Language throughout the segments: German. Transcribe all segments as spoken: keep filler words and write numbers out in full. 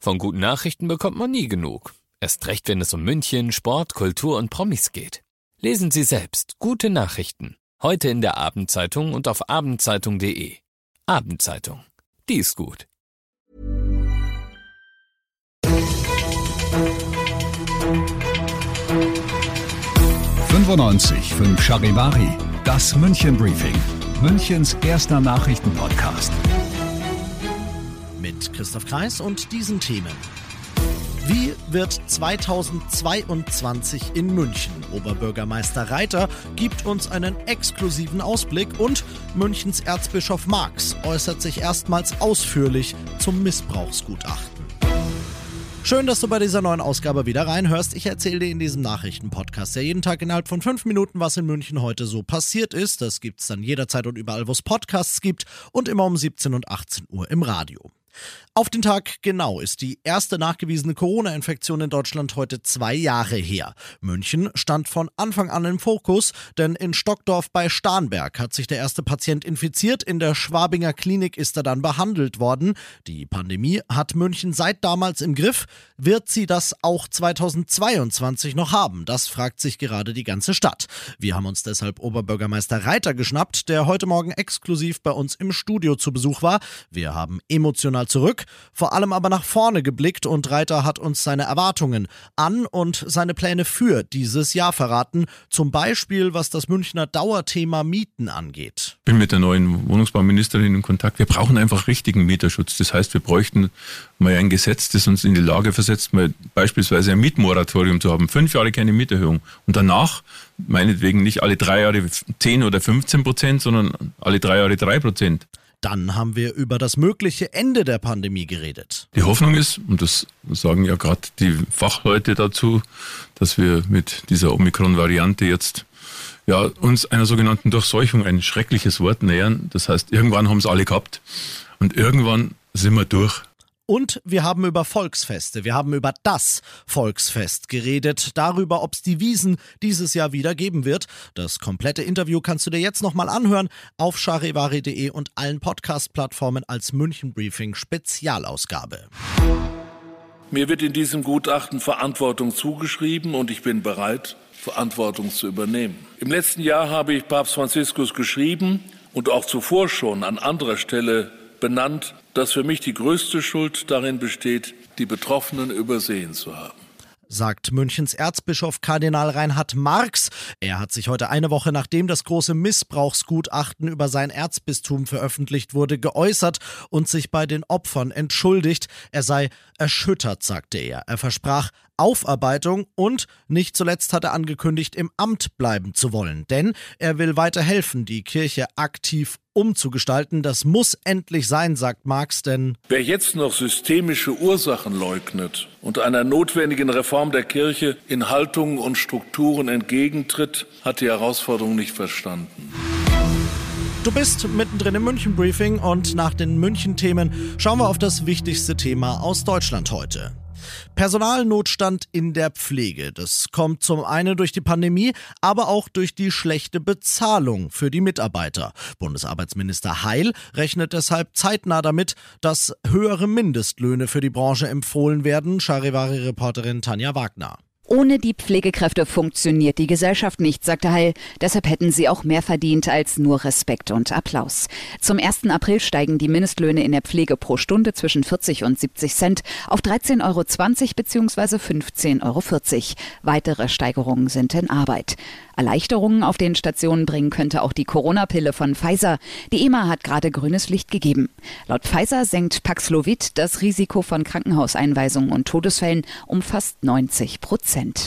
Von guten Nachrichten bekommt man nie genug. Erst recht, wenn es um München, Sport, Kultur und Promis geht. Lesen Sie selbst gute Nachrichten. Heute in der Abendzeitung und auf abendzeitung punkt de. Abendzeitung. Die ist gut. fünfundneunzig Komma fünf Charivari, das München Briefing, Münchens erster Nachrichtenpodcast. Mit Christoph Kreis und diesen Themen. Wie wird zweitausendzweiundzwanzig in München? Oberbürgermeister Reiter gibt uns einen exklusiven Ausblick und Münchens Erzbischof Marx äußert sich erstmals ausführlich zum Missbrauchsgutachten. Schön, dass du bei dieser neuen Ausgabe wieder reinhörst. Ich erzähle dir in diesem Nachrichtenpodcast ja jeden Tag innerhalb von fünf Minuten, was in München heute so passiert ist. Das gibt's dann jederzeit und überall, wo es Podcasts gibt und immer um siebzehn und achtzehn Uhr im Radio. Auf den Tag genau ist die erste nachgewiesene Corona-Infektion in Deutschland heute zwei Jahre her. München stand von Anfang an im Fokus, denn in Stockdorf bei Starnberg hat sich der erste Patient infiziert. In der Schwabinger Klinik ist er dann behandelt worden. Die Pandemie hat München seit damals im Griff. Wird sie das auch zweitausendzweiundzwanzig noch haben? Das fragt sich gerade die ganze Stadt. Wir haben uns deshalb Oberbürgermeister Reiter geschnappt, der heute Morgen exklusiv bei uns im Studio zu Besuch war. Wir haben emotional zurück, vor allem aber nach vorne geblickt und Reiter hat uns seine Erwartungen an und seine Pläne für dieses Jahr verraten, zum Beispiel was das Münchner Dauerthema Mieten angeht. Ich bin mit der neuen Wohnungsbauministerin in Kontakt. Wir brauchen einfach richtigen Mieterschutz. Das heißt, wir bräuchten mal ein Gesetz, das uns in die Lage versetzt, mal beispielsweise ein Mietmoratorium zu haben. Fünf Jahre keine Mieterhöhung. Und danach, meinetwegen nicht alle drei Jahre zehn oder fünfzehn Prozent, sondern alle drei Jahre drei Prozent. Dann haben wir über das mögliche Ende der Pandemie geredet. Die Hoffnung ist, und das sagen ja gerade die Fachleute dazu, dass wir mit dieser Omikron-Variante jetzt ja, uns einer sogenannten Durchseuchung, ein schreckliches Wort, nähern. Das heißt, irgendwann haben es alle gehabt und irgendwann sind wir durch. Und wir haben über Volksfeste, wir haben über das Volksfest geredet, darüber, ob es die Wiesn dieses Jahr wieder geben wird. Das komplette Interview kannst du dir jetzt nochmal anhören auf charivari punkt de und allen Podcast-Plattformen als München Briefing Spezialausgabe. Mir wird in diesem Gutachten Verantwortung zugeschrieben und ich bin bereit, Verantwortung zu übernehmen. Im letzten Jahr habe ich Papst Franziskus geschrieben und auch zuvor schon an anderer Stelle benannt, dass für mich die größte Schuld darin besteht, die Betroffenen übersehen zu haben. Sagt Münchens Erzbischof Kardinal Reinhard Marx. Er hat sich heute eine Woche nachdem das große Missbrauchsgutachten über sein Erzbistum veröffentlicht wurde, geäußert und sich bei den Opfern entschuldigt. Er sei erschüttert, sagte er. Er versprach Aufarbeitung und nicht zuletzt hat er angekündigt, im Amt bleiben zu wollen. Denn er will weiter helfen, die Kirche aktiv umzugestalten. Das muss endlich sein, sagt Marx, denn wer jetzt noch systemische Ursachen leugnet und einer notwendigen Reform der Kirche in Haltungen und Strukturen entgegentritt, hat die Herausforderung nicht verstanden. Du bist mittendrin im München Briefing und nach den München-Themen schauen wir auf das wichtigste Thema aus Deutschland heute. Personalnotstand in der Pflege. Das kommt zum einen durch die Pandemie, aber auch durch die schlechte Bezahlung für die Mitarbeiter. Bundesarbeitsminister Heil rechnet deshalb zeitnah damit, dass höhere Mindestlöhne für die Branche empfohlen werden. Charivari-Reporterin Tanja Wagner. Ohne die Pflegekräfte funktioniert die Gesellschaft nicht, sagte Heil. Deshalb hätten sie auch mehr verdient als nur Respekt und Applaus. Zum ersten April steigen die Mindestlöhne in der Pflege pro Stunde zwischen vierzig und siebzig Cent auf dreizehn Euro zwanzig bzw. fünfzehn Euro vierzig. Weitere Steigerungen sind in Arbeit. Erleichterungen auf den Stationen bringen könnte auch die Corona-Pille von Pfizer. Die E M A hat gerade grünes Licht gegeben. Laut Pfizer senkt Paxlovid das Risiko von Krankenhauseinweisungen und Todesfällen um fast neunzig Prozent.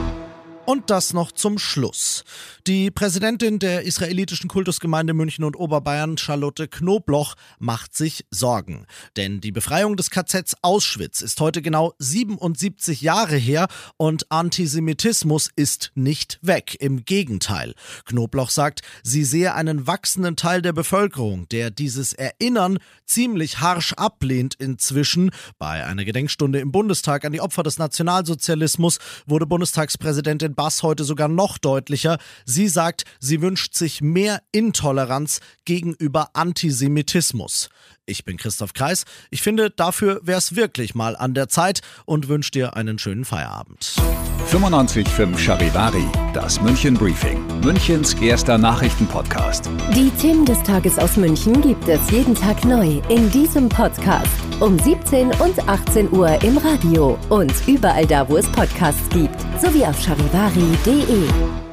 Und das noch zum Schluss. Die Präsidentin der israelitischen Kultusgemeinde München und Oberbayern, Charlotte Knobloch, macht sich Sorgen. Denn die Befreiung des K Zs Auschwitz ist heute genau siebenundsiebzig Jahre her und Antisemitismus ist nicht weg. Im Gegenteil. Knobloch sagt, sie sehe einen wachsenden Teil der Bevölkerung, der dieses Erinnern ziemlich harsch ablehnt inzwischen. Bei einer Gedenkstunde im Bundestag an die Opfer des Nationalsozialismus wurde Bundestagspräsidentin Bass heute sogar noch deutlicher. Sie sagt, sie wünscht sich mehr Intoleranz gegenüber Antisemitismus. Ich bin Christoph Kreis. Ich finde, dafür wäre es wirklich mal an der Zeit und wünsche dir einen schönen Feierabend. fünfundneunzig Komma fünf Charivari, das München Briefing, Münchens erster Nachrichtenpodcast. Die Themen des Tages aus München gibt es jeden Tag neu in diesem Podcast. Um siebzehn und achtzehn Uhr im Radio und überall da, wo es Podcasts gibt, sowie auf charivari punkt de.